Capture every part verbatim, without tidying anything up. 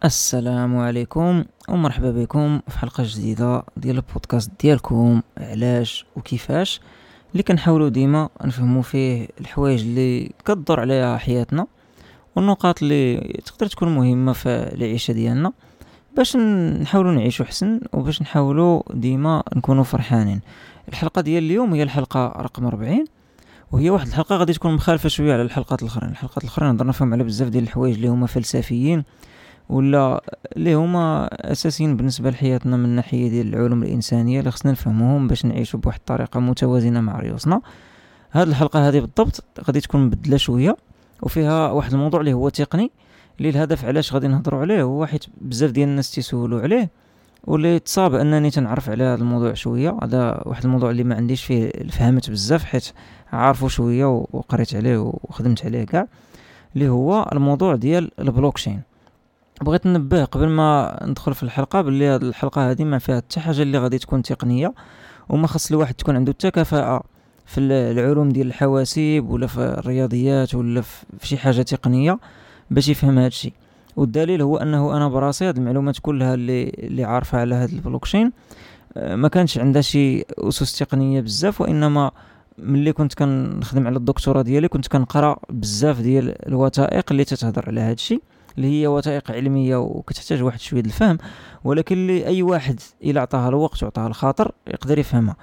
السلام عليكم ومرحبا بكم في حلقة جديدة ديال البودكاست ديالكم علاش وكيفاش، اللي كنحاولوا ديما نفهموا فيه الحوايج اللي كتدور عليها حياتنا والنقاط اللي تقدر تكون مهمة في العيشة ديالنا باش نحاولوا نعيشوا حسن وباش نحاولوا ديما نكونوا فرحانين. الحلقة ديال اليوم هي الحلقة رقم أربعين، وهي واحد الحلقة غادي تكون مخالفة شوية على الحلقات الاخرين. الحلقات الاخرين هضرنا فيهم على بزاف ديال الحوايج اللي هما فلسفيين ولا اللي هما اساسيين بالنسبه لحياتنا من الناحيه ديال العلوم الانسانيه اللي خصنا نفهموهم باش نعيشوا بواحد الطريقه متوازنه مع ريوسنا. هذه الحلقه هذه بالضبط غادي تكون مبدله شويه وفيها واحد الموضوع اللي هو تقني، اللي الهدف علاش غادي نهضروا عليه هو حيت بزاف ديال الناس تيسولوا عليه، واللي تصاب انني تنعرف على هذا الموضوع شويه. هذا واحد الموضوع اللي ما عنديش فيه فهمت بزاف حيت عارفه شويه وقريت عليه وخدمت عليه كاع، اللي هو الموضوع ديال البلوكشين. بغيت ننبه قبل ما ندخل في الحلقه باللي هذه الحلقه هذه ما فيها حتى حاجه اللي غادي تكون تقنيه، وما خص الواحد تكون عنده حتى كفاءه في العلوم ديال الحواسيب ولا في الرياضيات ولا في شي حاجه تقنيه باش يفهم هذا الشيء. والدليل هو انه انا براسي هذه المعلومات كلها اللي اللي عارفها على هذا البلوكشين ما كانش عندها شي اسس تقنيه بزاف، وانما ملي كنت كنخدم على الدكتوراه ديالي كنت كنقرا بزاف ديال الوثائق اللي تتهضر على هذا الشيء، اللي هي وثائق علميه وكتحتاج واحد شويه الفهم، ولكن اللي اي واحد الى عطاها الوقت وعطاها الخاطر يقدر يفهمها.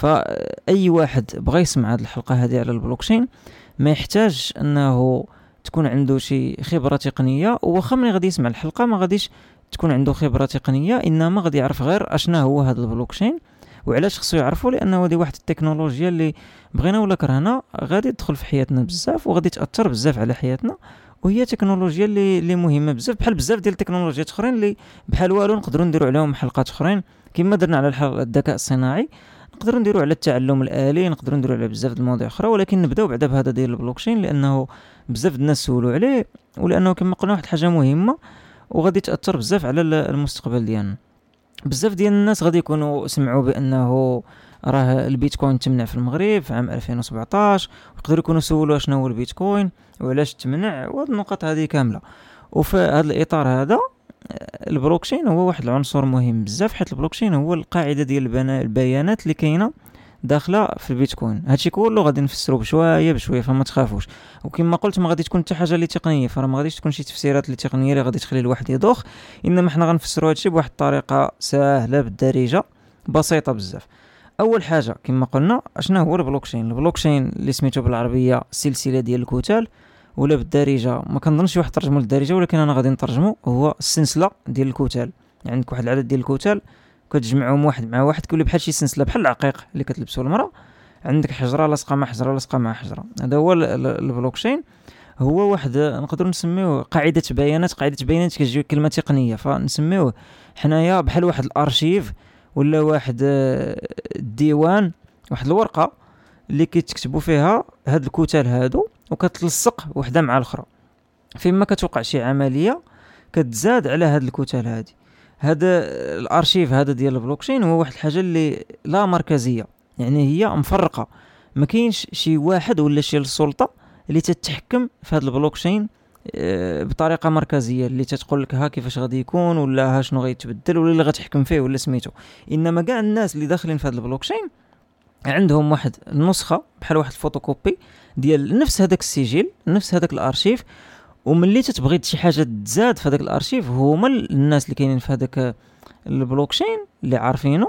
فاي واحد بغى يسمع هذه الحلقه هذه على البلوكشين ما يحتاج انه تكون عنده شي خبره تقنيه، وواخا ملي غادي يسمع الحلقه ما غاديش تكون عنده خبره تقنيه، انما غادي يعرف غير اشنا هو هذا البلوكشين وعلاش خصو يعرفوا، لانه هذه واحد التكنولوجيا اللي بغينا ولا كرهنا غادي تدخل في حياتنا بزاف وغادي تاثر بزاف على حياتنا، وهي تكنولوجيا اللي اللي مهمه بزاف بحال بزاف ديال التكنولوجيات اخرين اللي بحال والو نقدروا نديروا عليهم حلقات اخرين كما درنا على الذكاء الصناعي، نقدروا نديروا على التعلم الآلي، نقدروا نديروا على بزاف د المواضيع اخرى، ولكن نبداو بعدا بهذا ديال البلوكشين لانه بزاف الناس سولوا عليه، ولانه كما قلنا واحد الحاجه مهمه وغادي تاثر بزاف على المستقبل ديالنا. بزاف ديال الناس غادي يكونوا سمعوا بانه راه البيتكوين تمنع في المغرب في عام ألفين وسبعطاش، ويقدروا يكونوا سولوا شنو هو البيتكوين وعلاش تمنع وهاد النقط هذه كامله. وفي هذا الاطار هذا البلوكشين هو واحد العنصر مهم بزاف، حيت البلوكشين هو القاعده ديال البيانات اللي كاينه داخله في البيتكوين. هادشي كله غادي نفسروا بشويه بشويه فما تخافوش، وكما قلت ما غادي تكون حتى حاجه اللي تقنيه، فراه ما غاديش تكون شي تفسيرات اللي تقنيه اللي غادي تخلي الواحد يدوخ، انما حنا غنفسروا هادشي بواحد الطريقه سهله بالدارجه بسيطه بزاف. اول حاجه كما قلنا اشنا هو البلوكشين. البلوكشين اللي سميتو بالعربيه سلسله ديال الكتل، ولا بالدارجه ما كنظنش واحد ترجمه للدارجه ولكن انا غادي نترجمه هو السلسله ديال الكتل. يعني عندك واحد العدد ديال الكتل كتجمعهم واحد مع واحد كيولي بحال شي سلسله بحال العقيق اللي كتلبسو المراه، عندك حجره لاصقه مع حجره لاصقه مع حجره. هذا هو البلوكشين، هو واحد نقدروا نسميوه قاعده بيانات. قاعده بيانات كتجي كلمه تقنيه فنسميوه حنايا بحال واحد الارشيف ولا واحد الديوان، واحد الورقه اللي كيتكتبوا فيها هاد الكتل هادو وكتلصق وحده مع الاخرى. فيما كتوقع شي عمليه كتزاد على هاد الكتل هادي. هذا الارشيف هذا ديال البلوكشين هو واحد الحاجه اللي لا مركزيه، يعني هي مفرقه، ما كاينش شي واحد ولا شي السلطه اللي تتحكم في هذا البلوكشين بطريقه مركزيه اللي تتقول لك ها كيفاش غادي يكون ولا ها شنو غيتبدل ولا اللي غتحكم فيه ولا سميتو. انما كاع الناس اللي داخلين في هذا البلوكشين عندهم واحد النسخه بحال واحد الفوتوكوبي ديال نفس هذاك السجل نفس هذاك الارشيف، وملي تتبغي شي حاجه تزاد في هذاك الارشيف هما الناس اللي كاينين في هذاك البلوكشين اللي عارفينه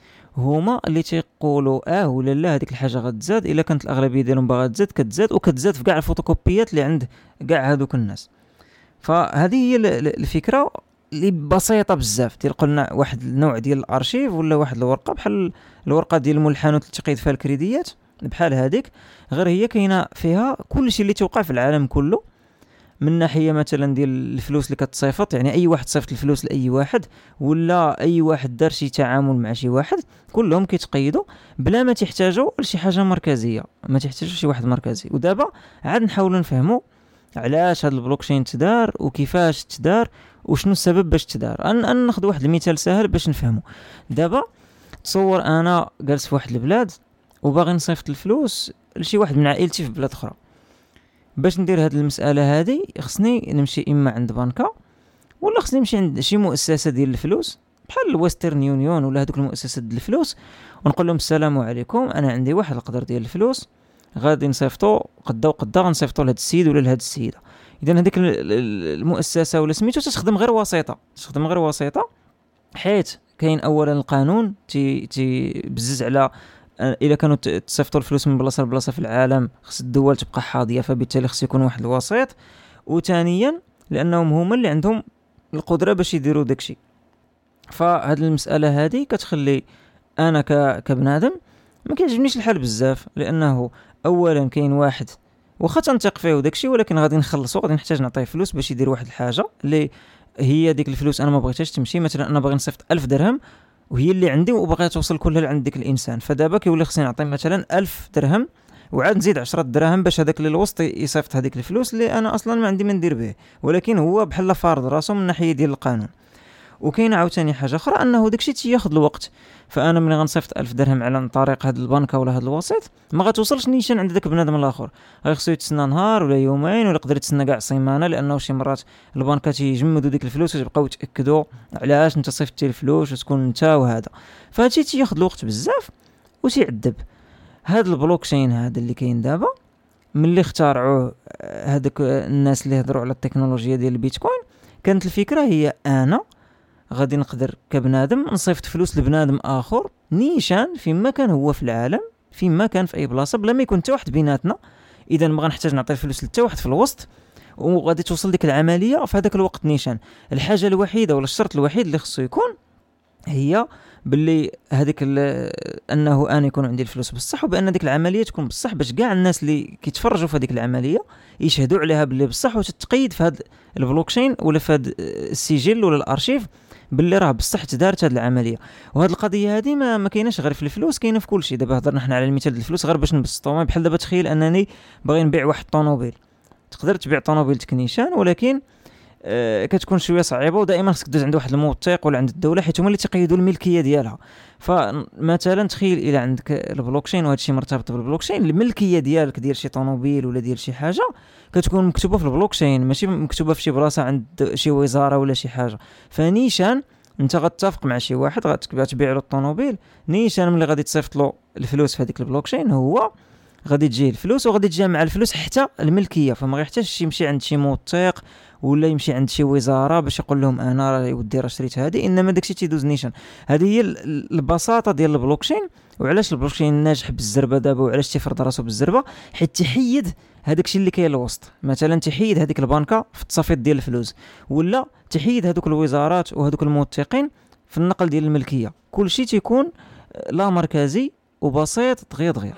هما اللي تيقولوا اه ولا لا هذيك الحاجه غتزاد. الا كانت الاغلبيه ديالهم باغا تزاد كتزاد وكتزاد في كاع الفوتوكوبيات اللي عند كاع هذوك الناس. فهذه هي الفكره اللي بسيطه بزاف ديال قلنا واحد النوع ديال الارشيف ولا واحد الورقه بحال الورقه ديال الملحن وتلتقيت فيها الكريديات بحال هذيك، غير هي كاينه فيها كل شيء اللي توقع في العالم كله من ناحيه مثلا ديال الفلوس اللي كتصيفط، يعني اي واحد صيفط الفلوس لاي واحد ولا اي واحد دار شي تعامل مع شي واحد كلهم كيتقيدوا بلا ما تحتاجوا لشي حاجه مركزيه، ما تحتاجوا شي واحد مركزي. ودابا عاد نحاولوا نفهموا علاش هذا البلوكشين تدار وكيفاش تدار وشنو السبب باش تدار. ان ان ناخذ واحد المثال سهل باش نفهموا. دابا تصور انا جالس في واحد البلاد وباغي نصيفط الفلوس لشي واحد من عائلتي في بلاد اخرى. باش ندير هذه المساله هذه خصني نمشي اما عند بنكه ولا خصني نمشي عند شي مؤسسه ديال الفلوس بحال الويسترن يونيون ولا هذوك المؤسسات ديال الفلوس ونقول لهم السلام عليكم، انا عندي واحد القدر ديال الفلوس غادي نصيفطو قدا وقدا غنصيفطو لهاد السيد ولا لهاد السيده. اذا هذيك المؤسسه ولا سميتو تخدم غير وسيطه، تخدم غير وسيطه، حيت كاين اولا القانون تي تي بزز على الا كانوا تصيفطوا الفلوس من بلاصه لبلاصه في العالم خص الدول تبقى حاضيه، فبالتالي خص يكون واحد الوسيط. وثانيا لانهم هما اللي عندهم القدره باش يديروا داكشي. فهاد المساله هذه كتخلي انا كبنادم ما كيعجبنيش الحال بزاف، لانه اولا كاين واحد واخا تنثق فيه وداكشي ولكن غادي نخلصو، غادي نحتاج نعطيه فلوس باش يدير واحد الحاجه اللي هي ديك الفلوس انا ما بغيتهاش تمشي. مثلا انا باغي نصيفط ألف درهم وهي اللي عندي وبغيت توصل كلها لعند ديك الانسان، فدابا كيولي خصني نعطي مثلا ألف درهم وعاد نزيد عشرة دراهم باش هذاك اللي الوسط يصيفط هذيك الفلوس اللي انا اصلا ما عندي ما ندير به، ولكن هو بحال فارض راسو من ناحيه ديال القانون. وكاين عاوتاني حاجه اخرى انه داكشي تياخذ الوقت، فانا ملي غنصيفط ألف درهم على طريق هذا البنكه ولا هذا الوسيط ما غتوصلش نيشان عند داك بنادم الاخر، غيخصو يتسنى نهار ولا يومين ولا يقدر يتسنى كاع سيمانه، لانه شي مرات البنكه تيجمدوا ديك الفلوس وتبقاو يتاكدوا علاش انت صيفطتي الفلوس وتكون انت وهذا، فهادشي تياخذ الوقت بزاف وتيعذب. هذا البلوكشين هذا اللي كاين دابا ملي اخترعوه هذوك الناس اللي هضروا على التكنولوجيا ديال البيتكوين، كانت الفكره هي انا غادي نقدر كبنادم نصيفط فلوس لبنادم اخر نيشان فيما كان هو في العالم، فيما كان في اي بلاصه بلا ما يكون حتى واحد بيناتنا. اذا ما غنحتاج نعطي الفلوس لحتى واحد في الوسط، وغادي توصل ديك العمليه في هذاك الوقت نيشان. الحاجه الوحيده ولا الشرط الوحيد اللي خصو يكون هي باللي هذيك انه انا يكون عندي الفلوس بصح، وبان ديك العمليه تكون بصح باش كاع الناس اللي كيتفرجوا في هذيك العمليه يشهدوا عليها باللي بصح، وتتقيد في هذا البلوكشين ولا في هذا السجل ولا الارشيف باللي راه بصح تدارت هذه العمليه. وهذه القضيه هذه ما, ما كايناش غير في الفلوس، كاينه في كل شيء. دابا هضرنا حنا على المثال ديال الفلوس غير باش نبسطوها، بحال دابا تخيل انني باغي نبيع واحد الطوموبيل، تقدر تبيع طوموبيل تكنيشان ولكن آه كتكون شويه صعيبه، ودائما خصك تدوز عند واحد الموثق ولا عند الدوله حيت هما اللي تيقيدوا الملكيه ديالها. فمثلا تخيل الى عندك البلوكشين وهذا الشيء مرتبط بالبلوكشين، الملكيه ديالك ديال شي طوموبيل ولا ديال شي حاجه كتكون مكتوبه في البلوكشين، ماشي مكتوبه في شي بلاصه عند شي وزاره ولا شي حاجه. فنيشان انت غتتفق مع شي واحد غتبيع له الطوموبيل، نيشان ملي غادي تصيفط له الفلوس في هذيك البلوكشين هو غادي تجي الفلوس وغادي تجي مع الفلوس حتى الملكيه، فما غيحتاجش يمشي عند شي موثق ولا يمشي عند شي وزاره باش يقول لهم انا راه ودي راه شريت هذه، انما داكشي تيدوز نيشان. هذه هي البساطه ديال البلوكشين. وعلاش البلوكشين ناجح بالزربه دابا وعلاش تيفرض راسو بالزربه؟ حيت تحيد هذاك الشيء اللي كاين الوسط، مثلا تحيد هذيك البنكه في التصفيط ديال الفلوس، ولا تحيد هذوك الوزارات وهذوك الموثقين في النقل ديال الملكيه. كل شيء تيكون لا مركزي وبسيط دغيا دغيا.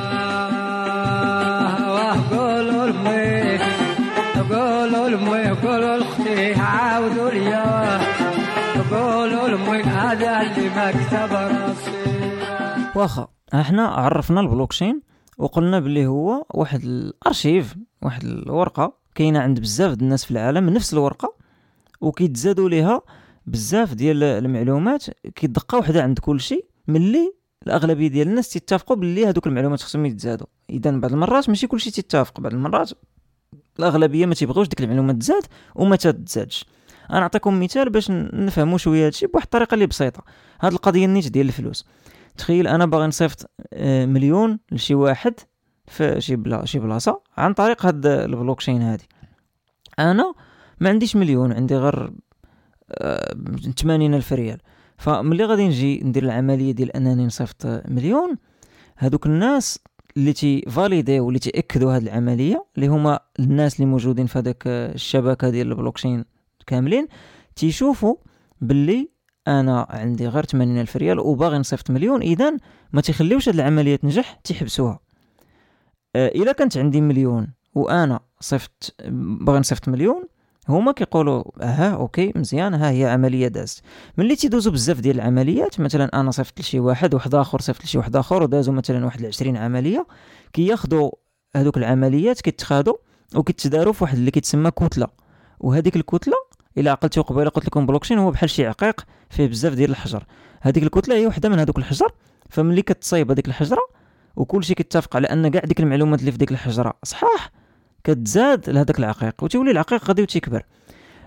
قولوا لمي قولوا لختي عاودوا ليا قولوا لمي هذا اللي ما كتب راسي. واخا احنا عرفنا البلوكشين وقلنا باللي هو واحد الارشيف، واحد الورقه كاينه عند بزاف د الناس في العالم، نفس الورقه وكيتزادوا ليها بزاف ديال المعلومات كيدقه وحده عند كل شيء، ملي الاغلبيه ديال الناس تتفقوا باللي هذوك المعلومات خصهم يتزادوا. اذا بعض المرات ماشي كل شيء تتفق، بعض المرات الاغلبيه ما تيبغيوش ديك المعلومات تزاد وما تتزادش. انا نعطيكم مثال باش نفهموا شويه هادشي بواحد الطريقه اللي بسيطه. هاد القضيه نيت ديال الفلوس، تخيل انا باغي نصيفط مليون لشي واحد في شي بلا شي بلاصه عن طريق هاد البلوكشين هادي. انا ما عنديش مليون، عندي غير ثمانين ألف ريال. فملي غادي نجي ندير العمليه ديال انني نصيفط مليون، هادوك الناس اللي تي فاليدي واللي تاكدوا هذه العمليه اللي هما الناس اللي موجودين في هذاك الشبكه ديال البلوكشين كاملين، تيشوفوا باللي انا عندي غير ثمانين ألف ريال وباغي نصيفط مليون، اذا ما تيخليوش هذه العمليه تنجح، تيحبسوها. آه الا كانت عندي مليون وانا صيفط باغي نصيفط مليون، هما كيقولوا ها اوكي مزيان، ها هي عمليه دازت. ملي تيدوزوا بزاف ديال العمليات، مثلا انا صيفط لشي واحد واحد اخر صيفط لشي واحد اخر ودازوا مثلا واحد عشرين عمليه، كياخذوا هذوك العمليات كيتخادوا وكيتداروا في واحد اللي كيتسمى كتله. وهذيك الكتله الا عقلتوا قبيله قلت لكم بلوكشين هو بحال شي عقيق فيه بزاف ديال الحجر، هذيك الكتله هي وحده من هذوك الحجر. فملي كتصايب هذيك الحجره وكل شيء كيتفق على ان كاع ديك المعلومات اللي في ديك الحجره صحاح، كتزاد لهذاك العقيق وتولي العقيق غادي وتكبر.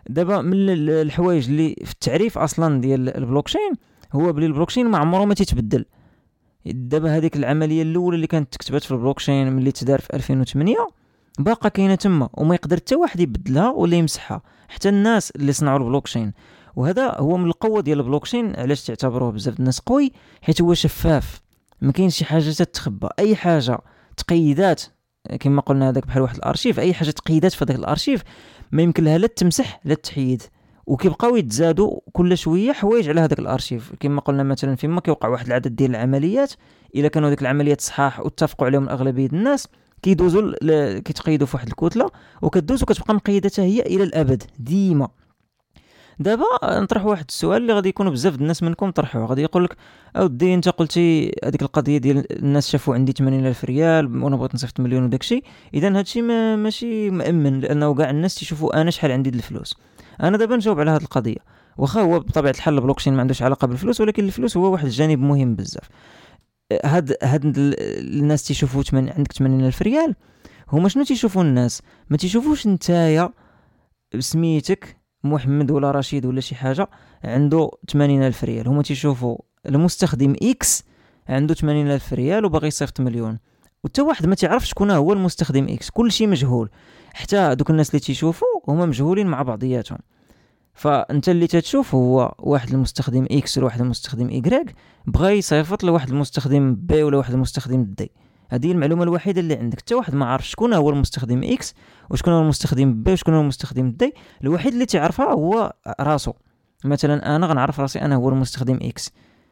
دابا من ال- الحوايج اللي في التعريف اصلا ديال البلوكشين هو بلي البلوكشين ما عمره ما تيتبدل. دابا هذيك العمليه الاولى اللي كانت تكتبات في البلوكشين ملي تدار في ألفين وثمانية باقا كاينه تما وما يقدر حتى واحد يبدلها ولا يمسحها، حتى الناس اللي صنعوا البلوكشين. وهذا هو من القوه ديال البلوكشين، علاش تعتبروه بزاف الناس قوي، حيت هو شفاف، ما كاينش شي حاجه تتخبى، اي حاجه تقيدات كما قلنا هذاك بحال واحد الارشيف، اي حاجه تقيدات في هذاك الارشيف ما يمكن لها لا تمسح لا تحيد، وكيبقاو يتزادوا كل شويه حوايج على هذاك الارشيف. كما قلنا مثلا فيما كيوقع واحد العدد ديال العمليات، الا كانوا ديك العمليات صحاح واتفقوا عليهم اغلبيه الناس كيدوزوا ل... كيتقيدوا في واحد الكتله وكدوز وكتبقى مقيده حتى هي الى الابد ديما. دابا نطرح واحد السؤال اللي غادي يكونوا بزاف الناس منكم طرحوه، غادي يقول لك اودي انت قلتي هذيك القضيه ديال الناس شافوا عندي ثمانين ألف ريال وانا بغيت نصيفط مليون وداكشي، اذا هادشي ما ماشي مامن لانه كاع الناس تيشوفوا انا شحال عندي د الفلوس. انا دابا نجاوب على هذه القضيه، واخا هو بطبيعه الحال البلوكشين ما عندوش علاقه بالفلوس، ولكن الفلوس هو واحد الجانب مهم بزاف. هاد هاد الناس تيشوفوا تمن... عندك ثمانين ألف ريال، هما شنو تيشوفوا الناس؟ ما تيشوفوش نتايا سميتك محمد ولا رشيد ولا شي حاجه عنده ثمانين ألف ريال، هما تيشوفوا المستخدم اكس عنده ثمانين ألف ريال وباغي يصيفط مليون، وتا واحد ما تعرفش شكون هو المستخدم اكس، كل شيء مجهول، حتى دوك الناس اللي تيشوفوا هما مجهولين مع بعضياتهم. فانت اللي تتشوف هو واحد المستخدم اكس ولا واحد المستخدم ايغريك بغى يصيفط لواحد المستخدم بي ولا واحد المستخدم دي، هذه المعلومه الوحيده اللي عندك، حتى واحد ما عارف شكون هو المستخدم اكس وشكون هو المستخدم بي وشكون هو المستخدم دي، الوحيد اللي تعرفها هو راسو. مثلا انا غنعرف راسي انا هو المستخدم اكس،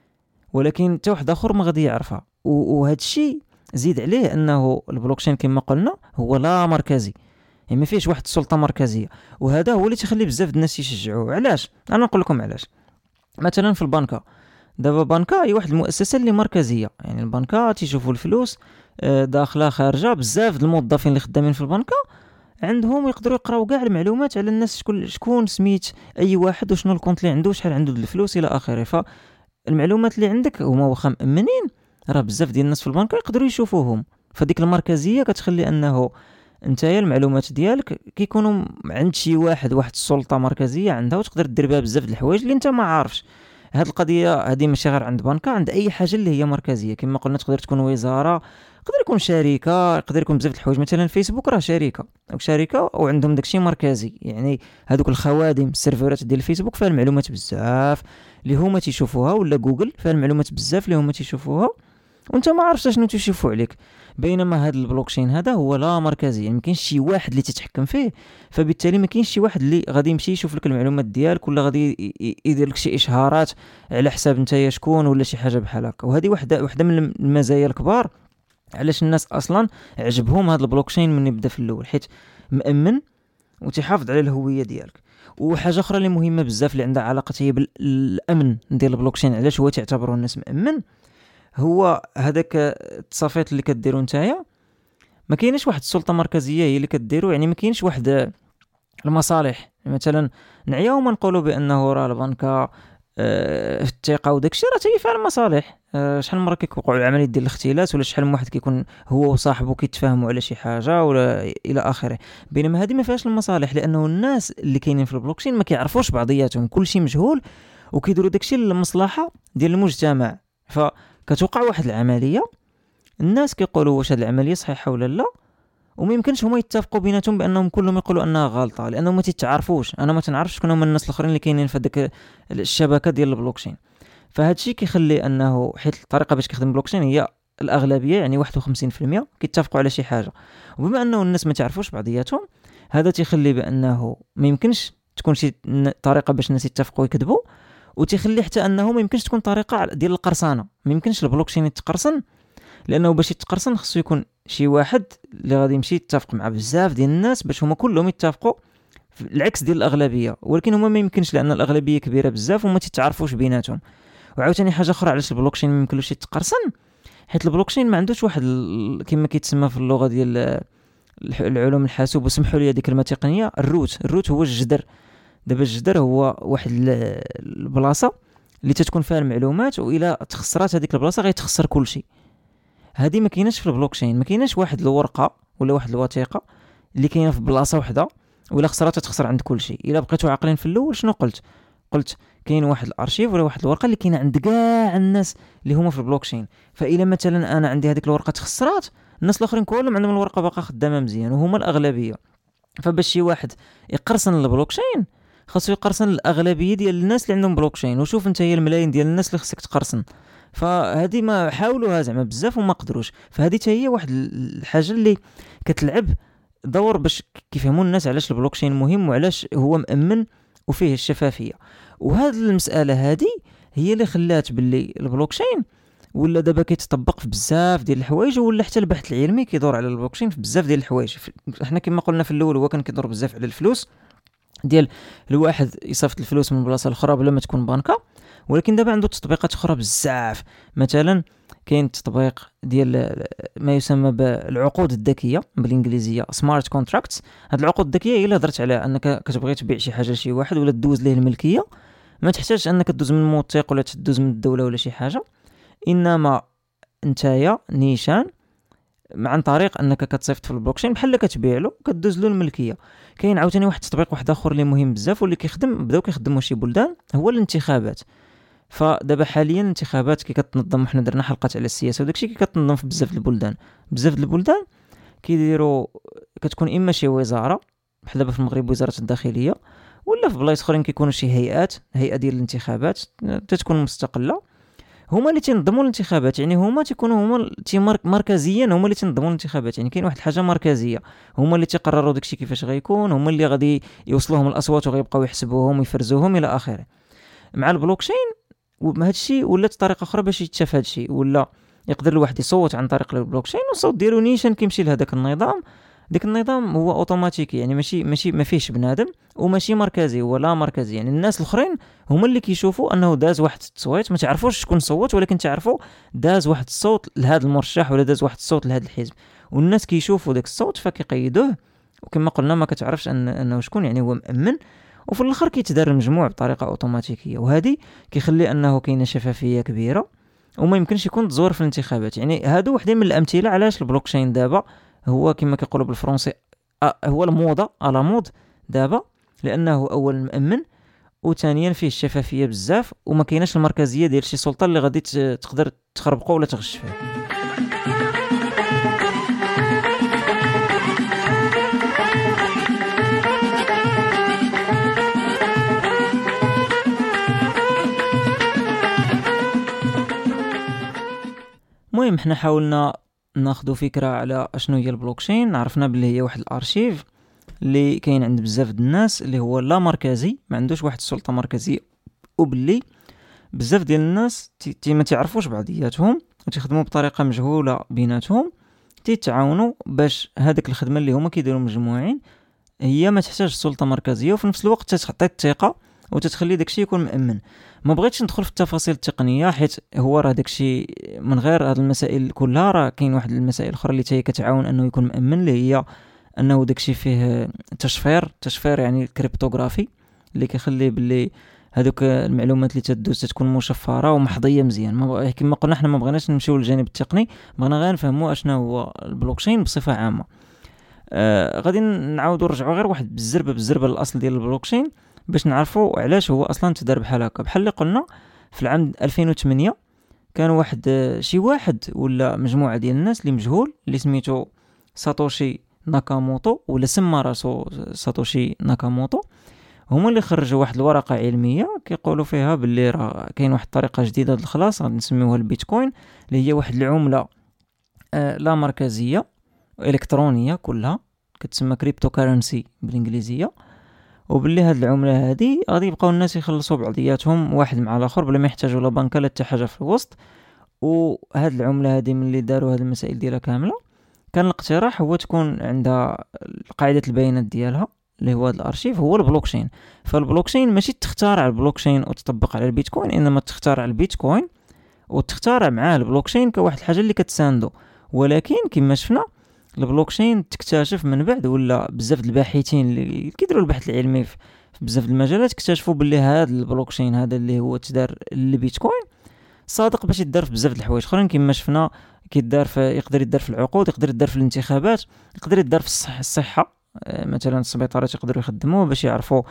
ولكن حتى واحد اخر ما غادي يعرفها. وهذا الشيء زيد عليه انه البلوكشين كما قلنا هو لا مركزي، يعني ما فيش واحد السلطه مركزيه، وهذا هو اللي تخلي بزاف الناس يشجعوه. علاش؟ انا نقول لكم علاش. مثلا في البنكه، دابا بنكه هي واحد المؤسسه اللي مركزيه، يعني البنكه تيشوفوا الفلوس داخله خارجه، بزاف الموظفين اللي خدامين في البنكه عندهم يقدروا يقراو كاع المعلومات على الناس، شكون شكون سميت اي واحد وشنو الكونت اللي عنده وشحال عنده الفلوس الى اخره. فالمعلومات اللي عندك هما واخا مأمنين، راه بزاف ديال الناس في البنكه يقدروا يشوفوهم، فديك المركزيه كتخلي انه نتايا المعلومات ديالك كيكونوا عند شي واحد واحد السلطه مركزيه عندها وتقدر دير بها بزاف د الحوايج اللي انت ما عارفش. هاد القضيه هذه ماشي غير عند بنكه، عند اي حاجه اللي هي مركزيه، كما قلنا تقدر تكون وزاره، يقدر يكون شركه، يقدر يكون بزاف د الحوايج. مثلا فيسبوك راه شركه او شركه وعندهم داكشي مركزي، يعني هذوك الخوادم السيرفرات ديال الفيسبوك فيها المعلومات بزاف اللي هما تيشوفوها، ولا جوجل فيها المعلومات بزاف اللي هما تيشوفوها وانت ما عارفش شنو تيشوفوا عليك. بينما هذا البلوكشين هذا هو لا مركزي، يعني ما كاينش شي واحد اللي تتحكم فيه، فبالتالي ما كاينش شي واحد اللي غادي يمشي يشوف لك المعلومات ديالك ولا غادي يدير لك شي اشهارات على حساب نتايا شكون ولا شي حاجه بحال هكا. وهذه وحده وحده من المزايا الكبار علاش الناس اصلا عجبهم هذا البلوكشين من يبدا في الاول، حيت مأمن وتحافظ على الهويه ديالك. وحاجه اخرى اللي مهمه بزاف اللي عندها علاقه هي بالامن ديال البلوكشين، علاش هو تعتبره الناس مأمن، هو هذاك التصافيت اللي كديروا نتايا ما كاينش واحد السلطه مركزيه هي اللي كديروا، يعني ما كاينش واحد المصالح. مثلا نعياو ما نقولوا بانه راه البنكه اه الثقه وداكشي راه تاهي فيها المصالح، اه شحال من مره كيوقعوا العمليات ديال الاختلاس، ولا شحال من واحد كيكون هو وصاحبه كيتفاهموا على شي حاجه ولا الى اخره. بينما هذه ما فيهاش المصالح، لانه الناس اللي كاينين في البلوكشين ما كيعرفوش بعضياتهم، كلشي مجهول وكيديروا داكشي للمصلحه ديال المجتمع. ف كتوقع واحد العمليه الناس كيقولوا واش هاد العمليه صحيحه ولا لا، وما يمكنش هما يتفقوا بيناتهم بانهم كلهم يقولوا انها غلطه، لانهم ما تيتعرفوش. انا ما تنعرفش شكون هما الناس الاخرين اللي كاينين في هذيك الشبكه ديال البلوكشين. فهاد الشيء كيخلي انه حيت الطريقه باش كيخدم البلوكشين هي الاغلبيه، يعني واحد وخمسين بالمئة كيتفقوا على شي حاجه، وبما انه الناس ما تعرفوش بعضياتهم هذا تيخلي بانه ما يمكنش تكون شي طريقه باش الناس يتفقوا يكذبوا، وتخلي حتى انه ما يمكنش تكون طريقه ديال القرصنه. ما يمكنش البلوكشين يتقرصن، لانه باش يتقرصن خصو يكون شي واحد اللي غادي يمشي يتفق مع بزاف ديال الناس باش هما كلهم يتفقوا العكس ديال الاغلبيه، ولكن هما ما يمكنش لان الاغلبيه كبيره بزاف وما تتعرفوش بيناتهم. وعاوتاني حاجه اخرى علاش البلوكشين ما يمكنلوش يتقرصن، حيت البلوكشين ما عندوش واحد كما كيتسمى في اللغه ديال العلوم الحاسوب، وسمحوا لي هذه كلمه تقنيه، الروت. الروت هو الجذر. دابا الجذر هو واحد البلاصه اللي تتكون فيها المعلومات، والى تخسرات هذيك البلاصه غيتخسر كل شيء. هذه ما كايناش في البلوكشين، ما كايناش واحد الورقه ولا واحد الوثيقه اللي كاينه في بلاصه واحده ولا خسرات تخسر عند كل شيء. الا بقيتوا عاقلين في الاول شنو قلت قلت كاين واحد الارشيف ولا واحد الورقه اللي كاينه عند كاع الناس اللي هما في البلوكشين. فالا مثلا انا عندي هذيك الورقه تخسرات، الناس الاخرين كلهم عندهم الورقه باقا خدامه مزيان وهما الاغلبيه. فباش شي واحد يقرصن البلوكشين خاصو يقرصن الاغلبيه ديال الناس اللي عندهم بلوكشين. وشوف انت هي الملايين ديال الناس اللي خصك تقرصن. فهذه ما حاولوها زعما بزاف وما قدروش. فهذه حتى هي واحد الحاجه اللي كتلعب دور باش كيفهموا الناس علاش البلوكشين مهم وعلاش هو مأمن وفيه الشفافيه. وهذه المساله هذه هي اللي خلات باللي البلوكشين ولا دابا كيتطبق في بزاف ديال الحوايج، ولا حتى البحث العلمي كيدور على البلوكشين في بزاف ديال الحوايج. احنا كما قلنا في الاول هو كان كيدور بزاف على الفلوس ديال الواحد يصيفط الفلوس من بلاصه اخرى بلا ما تكون بنكه، ولكن دابا عنده تطبيقات اخرى بزاف. مثلا كاين التطبيق ديال ما يسمى بالعقود الذكيه بالانجليزيه سمارت كونتراكتس. هاد العقود الذكيه هي اللي هضرت على انك كتبغي تبيع شي حاجه لشي واحد ولا تدوز ليه الملكيه، ما تحتاجش انك تدوز من موثق ولا تدوز من الدوله ولا شي حاجه، انما نتايا نيشان عن طريق انك كتصيفط في البلوكشين بحال كتبيع له كدوز له الملكيه. كاين عاوتاني واحد التطبيق واحد اخر اللي مهم بزاف واللي كيخدم بداو كيخدموا شي بلدان هو الانتخابات. فدابا حاليا الانتخابات كي كتنظم، حنا درنا حلقات على السياسه وداكشي كي كتنظم في بزاف البلدان. بزاف البلدان كيديروا كتكون اما شي وزاره بحال دابا في المغرب وزاره الداخليه، ولا في بلايص اخرين كيكونوا شي هيئات، هيئه ديال الانتخابات تتكون مستقله، هما اللي تنظموا الانتخابات. يعني هما تيكونوا هما تيمارك مركزيا هما اللي تنظموا الانتخابات. يعني كاين واحد الحاجه مركزيه، هما اللي تيقرروا داكشي كيفاش غيكون، هما اللي غادي يوصلوهم الاصوات وغيبقاو يحسبوهم ويفرزوهم الى اخره. مع البلوكشين وهذا الشيء ولات طريقه اخرى باش يتشاف هذا الشيء، ولا يقدر الواحد يصوت عن طريق البلوكشين والصوت ديالو نيشان كيمشي لهذاك النظام. ديك النظام هو اوتوماتيكي، يعني ماشي ماشي ما فيهش بنادم وماشي مركزي ولا مركزي. يعني الناس الاخرين هما اللي كيشوفوا انه داز واحد التصويت، ما تعرفوش شكون صوت ولكن تعرفوا داز واحد الصوت لهذا المرشح ولا داز واحد الصوت لهذا الحزب، والناس كيشوفوا داك الصوت فكيقيدوه. وكما قلنا ما كتعرفش ان انه شكون، يعني هو مأمن. وفي الاخر كيتدار المجموع بطريقه اوتوماتيكيه، وهذه كيخلي انه كاينه شفافيه كبيره وما يمكنش يكون تزور في الانتخابات. يعني هادو وحدين من الامثله علاش البلوكشين دابا هو كما كيقولوا بالفرنسي هو الموضه على مود دابا، لانه اولا مأمن وثانيا فيه الشفافيه بزاف وما كايناش المركزيه ديال شي سلطه اللي غادي تقدر تخربقه ولا تغش فيه. المهم حنا حاولنا ناخذ فكره على اشنو هي البلوكشين. عرفنا بلي هي واحد الارشيف اللي كاين عند بزاف د الناس اللي هو لا مركزي، ما عندوش واحد السلطه مركزيه، وباللي بزاف ديال الناس تي, تي ما تعرفوش بعضياتهم وتخدموا بطريقه مجهوله بيناتهم، تيتعاونوا باش هذيك الخدمه اللي هما كيديروا مجموعين هي ما تحتاج سلطه مركزيه، وفي نفس الوقت تتعطي الثقه وتتخلي داكشي يكون مأمن. ما بغيتش ندخل في التفاصيل التقنيه حيت هو راه داكشي من غير هذه المسائل كلها راه كاين واحد المسائل اخرى اللي تاهي كتعاون انه يكون مأمن، اللي هي انه داكشي فيه تشفير تشفير يعني الكريبتوغرافي اللي كيخلي باللي هذوك المعلومات اللي تدوز تكون مشفره ومحظيه مزيان. ما كما قلنا حنا ما بغيناش نمشيو للجانب التقني، بغينا غير نفهموا اشنا هو البلوكشين بصفه عامه. آه غادي نعاودوا نرجعوا غير واحد بالزربه بالزربه للاصل ديال البلوكشين باش نعرفوا علاش هو اصلا تدار بحال هكا. بحال اللي قلنا في العام ألفين وثمانية كان واحد شي واحد ولا مجموعه ديال الناس اللي مجهول اللي سميتو ساتوشي ناكاموتو ولا سمى راسو ساتوشي ناكاموتو، هما اللي خرجوا واحد الورقه علميه كيقولوا فيها باللي راه كاين واحد الطريقه جديده د الخلاص غادي نسميوها البيتكوين، اللي هي واحد العمله آه لا مركزيه الكترونيه كلها كتسمى كريبتو كارنسي بالانجليزيه. وباللي هاد العمله هادي غادي يبقاو الناس يخلصوا بعضياتهم واحد مع الاخر بلا ما يحتاجوا لا بنكه لا حتى حاجه في الوسط. وهاد العمله هادي من اللي داروا هاد المسائل ديالها كامله كان الاقتراح هو تكون عندها قاعده البيانات ديالها اللي هو هاد الارشيف هو البلوكشين. فالبلوكشين ماشي تختار على البلوكشين وتطبق على البيتكوين، انما تختار على البيتكوين وتختار معاه البلوكشين كواحد الحاجه اللي كتساندو. ولكن كما شفنا البلوكشين تكتشف من بعد ولا بزاف الباحثين اللي كيديروا البحث العلمي في بزاف المجالات اكتشفوا باللي هذا البلوكشين هذا اللي هو تدار البيتكوين صادق باش يدار في بزاف د الحوايج اخرين كما شفنا. كيدار في يقدر يدار في العقود، يقدر يدار في الانتخابات، يقدر يدار في الصحه الصحه مثلا السبيطارات يقدروا يخدموه باش يعرفوا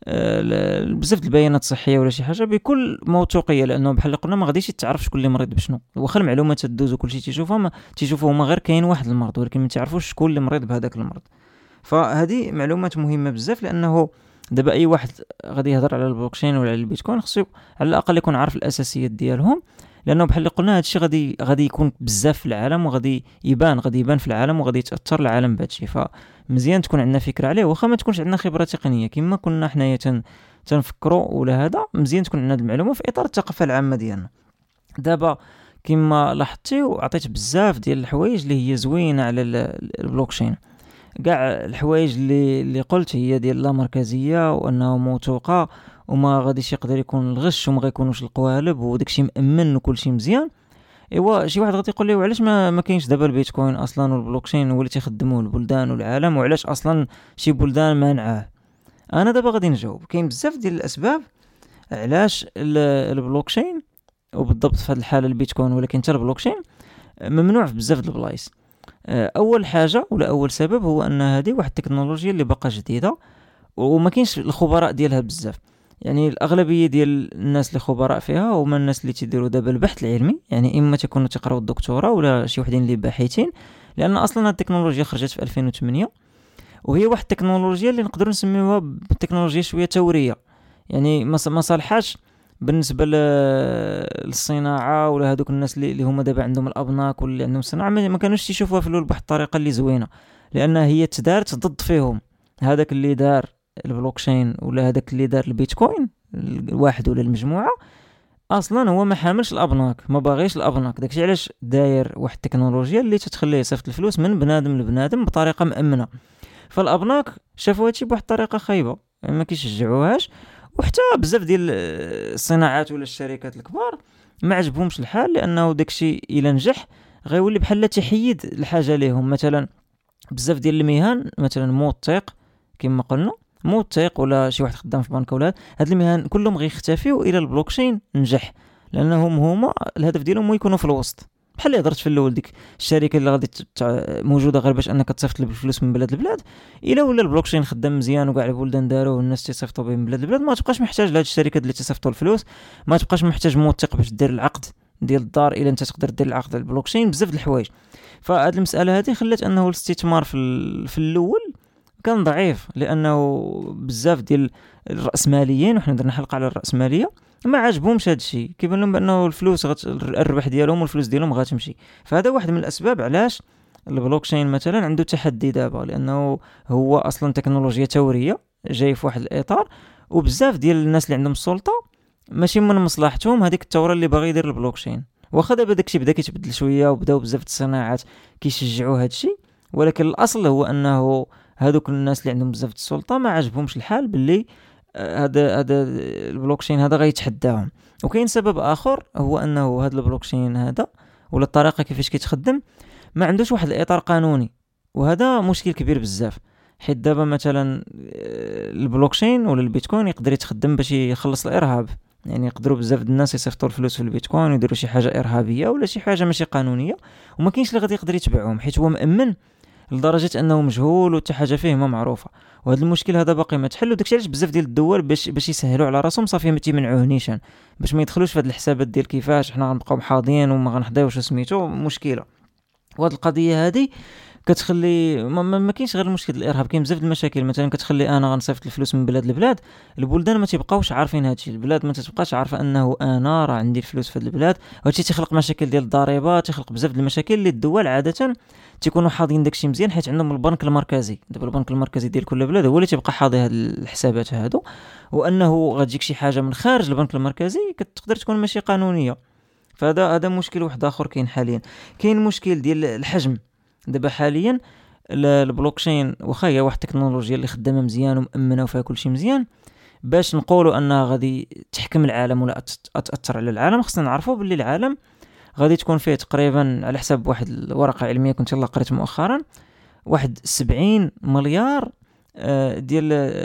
بزاف البيانات الصحيه ولا شي حاجه بكل موثوقيه، لانه بحال قلنا ما غاديش تعرف شكون اللي مريض بشنو، واخا المعلومات تدوز وكلشي تيشوفها ما تيشوفوا هما غير كاين واحد المرض، ولكن ما تعرفوش شكون اللي مريض بهذاك المرض. فهذه معلومات مهمه بزاف، لانه دابا اي واحد غادي يهضر على البلوكشين ولا على البيتكوين خصو على الاقل يكون عارف الاساسيات ديالهم، لانه بحال اللي قلنا هادشي غادي غادي يكون بزاف في العالم وغادي يبان غادي يبان في العالم وغادي يتاثر العالم بهادشي. فمزيان تكون عندنا فكره عليه واخا ما تكونش عندنا خبره تقنيه كما كنا حنايا تن تنفكروا، ولا هذا مزيان تكون عندنا هاد المعلومه في اطار الثقافه العامه ديالنا. دابا كما لاحظتي وعطيت بزاف ديال الحوايج اللي هي زوينه على البلوكشين، كاع الحوايج اللي اللي قلت هي ديال لا مركزيه وانه موثوقه وما غاديش يقدر يكون الغش وما غيكونوش القوالب وداكشي مأمن وكلشي مزيان. ايوا شي واحد غادي يقول لي وعلاش ما ما كاينش دابا البيتكوين اصلا والبلوكشين هو اللي تيخدموه البلدان والعالم، وعلاش اصلا شي بلدان مانعاه؟ انا دابا غادي نجاوب. كاين بزاف ديال الاسباب علاش البلوكشين وبالضبط في هذه الحاله البيتكوين ولكن حتى البلوكشين ممنوع في بزاف د البلايص. اول حاجه ولا اول سبب هو ان هذه واحد التكنولوجيا اللي باقا جديده وما كاينش الخبراء ديالها بزاف. يعني الاغلبيه ديال الناس اللي خبراء فيها هما الناس اللي تيديروا دابا البحث العلمي، يعني اما تيكونوا تيقراو الدكتوراه ولا شي وحدين اللي باحثين، لان اصلا هذه التكنولوجيا خرجت في ألفين وثمانية وهي واحد التكنولوجيا اللي نقدروا نسميوها بالتكنولوجيا شويه ثوريه، يعني ما صالحاش بالنسبه للصناعه ولا هذوك الناس اللي هما دابا عندهم الابناك ولا عندهم الصناعه ما كانوش تيشوفوها في الاول بواحد الطريقه اللي زوينه، لانها هي تدارت ضد فيهم. هذاك اللي دار البلوكشين ولا هذاك اللي دار البيتكوين الواحد ولا المجموعه اصلا هو ما حاملش الابناك، ما باغيش الابناك، داكشي علاش داير واحد التكنولوجيا اللي تتخليه يصيفط الفلوس من بنادم لبنادم بطريقه مامنه. فالابناك شافوا هادشي بواحد الطريقه خايبه يعني ما كيشجعوهاش، وحتى بزاف ديال الصناعات ولا الشركات الكبار ما عجبهمش الحال، لانه داكشي الا نجح غيولي بحال تحيد الحاجه ليهم. مثلا بزاف ديال المهن مثلا موثق كما قلنا موثق ولا شي واحد خدام في بنك ولا هاد المهن كلهم غيختفيو الى البلوكشين نجح، لانهم هما الهدف ديالهم هو يكونوا في الوسط. بحال اللي هضرت في الاول ديك الشركه اللي غادي موجوده غير باش انك تصيفط الفلوس من بلاد لبلاد، الا ولا البلوكشين خدام مزيان وكاع البلدان داروه والناس تيصيفطوا به من بلاد لبلاد ما تبقاش محتاج لهاد الشركات اللي تصيفطوا الفلوس، ما تبقاش محتاج موثق باش دير العقد ديال الدار الا انت تقدر دير العقد على البلوكشين بزاف د الحوايج. فهاد المساله هذه خلات انه الاستثمار في في الاول كان ضعيف، لانه بزاف ديال الراسماليين وحنا درنا حلقه على الراسماليه ما عجبهمش هذا الشيء، كيبان لهم بانه الفلوس غت... الربح ديالهم والفلوس ديالهم غتمشي. فهذا واحد من الاسباب علاش البلوكشين مثلا عنده تحدي دابا، لانه هو اصلا تكنولوجيا ثوريه جاي في واحد الاطار، وبزاف ديال الناس اللي عندهم السلطه ماشي من مصلحتهم هذيك الثوره اللي باغي يدير البلوكشين. واخا دابا داكشي بدا كيتبدل شويه وبداو بزاف د الصناعات كيشجعوا هذا الشيء، ولكن الاصل هو انه هذوك الناس اللي عندهم بزاف د السلطه ما عجبهمش الحال باللي هذا هذا البلوكشين هذا غيتحداهم. وكاين سبب اخر هو انه هذا البلوكشين هذا ولا الطريقه كيفاش كيتخدم ما عندوش واحد الاطار قانوني، وهذا مشكل كبير بزاف. حيت دابا مثلا البلوكشين ولا البيتكوين يقدر يتخدم باش يخلص الارهاب، يعني يقدروا بزاف الناس يصيفطوا الفلوس في البيتكوين ويديروا شي حاجه ارهابيه ولا شي حاجه ماشي قانونيه، وما كاينش اللي غادي يقدر يتبعهم حيت هو مأمن لدرجه انه مجهول وحتى حاجه فيه ما معروفه. وهذا المشكل هذا باقي ما تحل، وداكشي علاش بزاف ديال الدول باش باش يسهلوا على راسهم صافي ما تيمنعوه نيشان باش ما يدخلوش في هاد الحسابات ديال كيفاش حنا غنبقاو محاضيين وما غنحضيوش سميتو مشكله. وهاد القضيه هذه كتخلي ما, ما, ما كاينش غير المشكل الارهاب، كاين بزاف د المشاكل. مثلا كتخلي انا غنصيفط الفلوس من بلاد لبلاد، البلدان ما تيبقاوش عارفين هادشي، البلاد ما تتبقاش عارفه انه انا راه عندي الفلوس في هاد البلاد، وهادشي تيخلق مشاكل ديال الضريبه، تيخلق بزاف د المشاكل اللي الدول عاده تيكونوا حاضين داكشي مزيان حيت عندهم البنك المركزي. دابا البنك المركزي ديال كل بلاد هو اللي تيبقى حاضي هاد الحسابات هادو، وانه غتجيك شي حاجه من خارج البنك المركزي كتقدر تكون ماشي قانونيه. فهذا هذا مشكل واحد اخر كاين حاليا. كاين مشكل ديال الحجم. دابا حاليا البلوكشين واخا هي واحد التكنولوجيا اللي خدامه مزيان ومأمنه وفيها كلشي مزيان، باش نقولوا انها غادي تحكم العالم ولا تاثر على العالم خصنا نعرفوا باللي العالم غادي تكون فيه تقريبا على حسب واحد الورقه علميه كنت يلا قريت مؤخرا واحد سبعين مليار ديال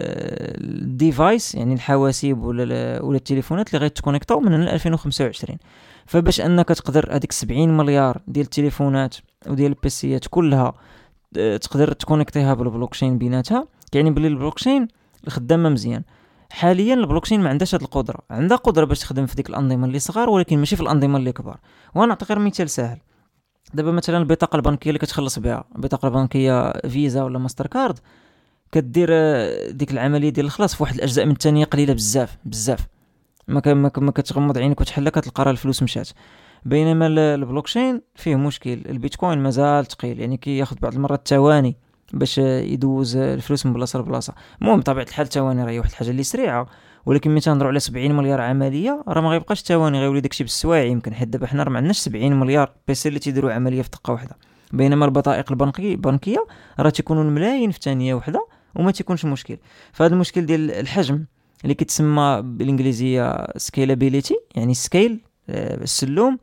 الديفايس، يعني الحواسيب ولا ولا التليفونات اللي غيتكونيكطاو من هنا ألفين وخمسة وعشرين. فباش انك تقدر هذيك سبعين مليار ديال التليفونات وديال البيسيات كلها تقدر تكونيكتيها بالبلوكشين بيناتها، يعني بلي البلوكشين الخدامه مزيان. حاليا البلوكشين ما عندهاش هذه القدره، عندها قدره باش تخدم في ديك الانظمه اللي صغار ولكن ماشي في الانظمه اللي كبار. وانا نعطي غير مثال سهل. دابا مثلا البطاقه البنكيه اللي كتخلص بها، البطاقه البنكيه فيزا ولا ماستر كارد، كدير ديك العمليه ديال الخلاص في واحد الاجزاء من الثانيه قليله بزاف بزاف، ما ما كتغمض عينك وتحلها كتلقى راه الفلوس مشات. بينما البلوكشين فيه مشكل، البيتكوين مازال ثقيل، يعني كياخذ بعض المرات ثواني باش يدوز الفلوس من بلاصه لبلاصه. المهم بطبيعه الحال ثواني راه هي واحد الحاجه اللي سريعه، ولكن ملي تنهضروا على سبعين مليار عمليه راه ما غيبقاش ثواني، غيولي داكشي بالسوايع يمكن، حيت دابا حنا راه ما عندناش سبعين مليار بيسي اللي تيديروا عمليه في دقه واحده. بينما البطائق البنكيه البنكيه راه تيكونوا الملايين في ثانيه واحده وما تيكونش مشكل. فهذا المشكل ديال الحجم اللي كيتسمى بالانجليزيه سكيلابيليتي، يعني سكيل السلوم،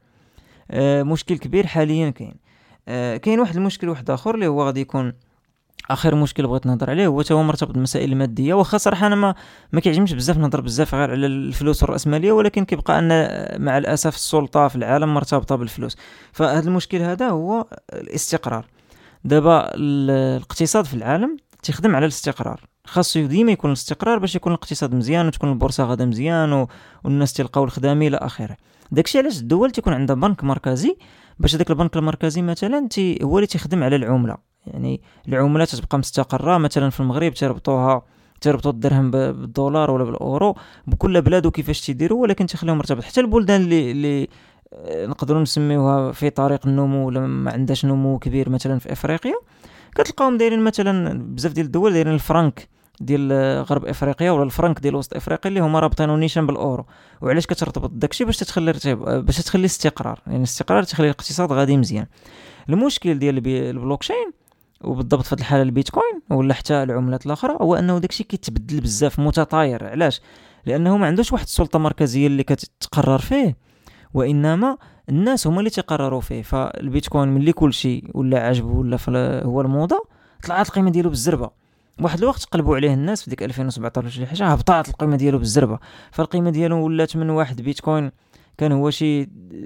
مشكل كبير حاليا كاين. كاين واحد المشكل واحد اخر اللي هو غادي يكون اخر مشكل بغيت نهضر عليه، هو هو مرتبط بالمسائل الماديه. واخا صراحه انا ما ما كيعجبنيش بزاف نهضر بزاف غير على الفلوس والراسماليه، ولكن كيبقى ان مع الاسف السلطه في العالم مرتبطه بالفلوس. فهذا المشكل هذا هو الاستقرار. دابا الاقتصاد في العالم تخدم على الاستقرار، خاصو ديما يكون الاستقرار باش يكون الاقتصاد مزيان وتكون البورصه غادا مزيان و... والناس تلقاو الخدامه الى اخره. داكشي علاش الدول تكون عندها بنك مركزي، باش داك البنك المركزي مثلا تي هو اللي تخدم على العمله، يعني العمله تتبقى مستقره. مثلا في المغرب تربطوها تربطوا الدرهم بالدولار ولا بالاورو، بكل بلاد وكيفاش تيديروا، ولكن تخليهم مرتبط. حتى البلدان اللي اللي نقدروا نسميوها في طريق النمو ولا ما عندهاش نمو كبير، مثلا في افريقيا كتلقاوهم دايرين مثلا بزاف ديال الدول دايرين الفرنك ديال غرب افريقيا ولا الفرنك ديال وسط افريقيا اللي هما رابطينو نيشان بالاورو. وعلاش كترتبط داكشي؟ باش تتخلي باش تخلي استقرار، يعني الاستقرار تخلي الاقتصاد غادي مزيان. المشكل ديال البلوكشين وبالضبط في الحاله البيتكوين ولا حتى العملات الاخرى هو انه داكشي كيتبدل بزاف، متطاير. علاش؟ لانه ما عندوش واحد السلطه مركزيه اللي كتقرر فيه، وانما الناس هما اللي تقرروا فيه. فالبيتكوين ملي كل شيء ولا عجبه ولا هو الموضه، طلعت القيمه ديالو بالزربه. واحد الوقت قلبوا عليه الناس في ديك ألفين وسبعطاش شي حاجه، هبطات القيمه ديالو بالزربه. فالقيمه ديالو ولات من واحد بيتكوين كان هو شي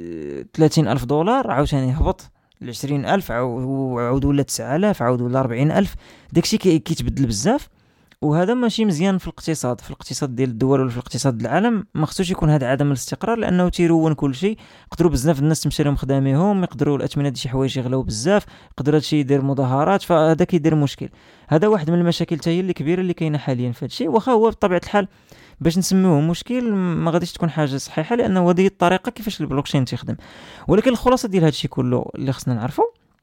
ثلاثين ألف دولار، عاوتاني هبط ل عشرين ألف، وعاود ولا تسعة آلاف، عاود ولا أربعين ألف. داكشي كيتبدل بزاف، وهذا ماشي مزيان في الاقتصاد في الاقتصاد ديال الدول ولا في الاقتصاد العالم. ما خصوش يكون هذا عدم الاستقرار، لانه تيرون كل شيء. يقدروا بزاف الناس تمشي لهم خداميهم، يقدروا الاثمنه ديال شي حوايج يغلاو بزاف، يقدر هادشي يدير مظاهرات، فهذا كيدير مشكل. هذا واحد من المشاكل حتى هي اللي كبيره اللي كاينه حاليا في هادشي. واخا هو بطبيعه الحال باش نسميوه مشكل ما غاديش تكون حاجه صحيحه، لانه هذه الطريقه كيفاش البلوكشين تخدم. ولكن الخلاصه ديال هادشي كله اللي خصنا نعرفه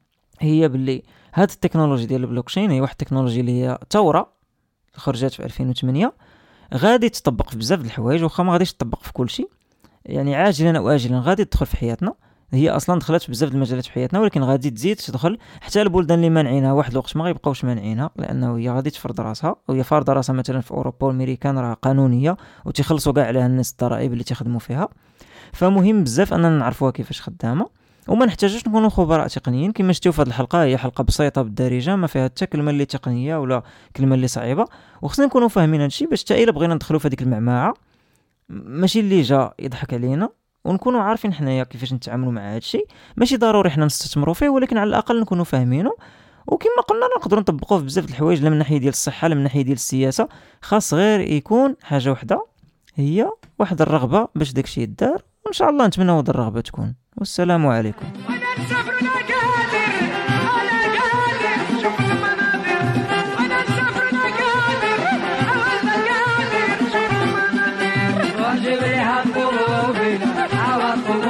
هي باللي هاد التكنولوجيا ديال البلوكشين هي واحد التكنولوجيا اللي هي ثوره خرجت في ألفين وثمانية، غادي تطبق في بزاف د الحوايج، واخا ما غاديش تطبق في كل شيء، يعني عاجلا او اجلا غادي تدخل في حياتنا. هي اصلا دخلت في بزاف د المجالات في حياتنا، ولكن غادي تزيد تدخل حتى البلدان اللي مانعينها واحد الوقت ما غيبقاوش مانعينها، لانه هي غادي تفرض راسها. وهي فرض راسها مثلا في اوروبا والامريكان راه قانونيه وتيخلصوا كاع عليها الناس الضرائب اللي تخدموا فيها. فمهم بزاف اننا نعرفوها كيفاش خدامه، وما نحتاجوش نكونوا خبراء تقنيين. كما شفتوا في هذه الحلقه هي حلقه بسيطه بالدارجه، ما فيها حتى كلمه اللي تقنيه ولا كلمه اللي صعيبه، وخصنا نكونوا فاهمين هذا الشيء باش حتى الا بغينا ندخلوا في هذيك المعمعه ماشي اللي جا يضحك علينا، ونكونوا عارفين حنايا كيفاش نتعاملوا مع هذا الشيء. ماشي ضروري حنا نستثمروا فيه، ولكن على الاقل نكونوا فاهمينه. وكما قلنا نقدروا نطبقوه في بزاف د الحوايج، لا من ناحيه ديال الصحه لا من ناحيه ديال السياسه. خاص غير يكون حاجه وحده، هي واحد الرغبه باش داكشي يدار، وان شاء الله نتمنى هاد الرغبه تكون. والسلام عليكم.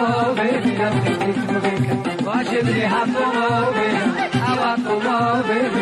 واجب لي حقوقي، حقوقي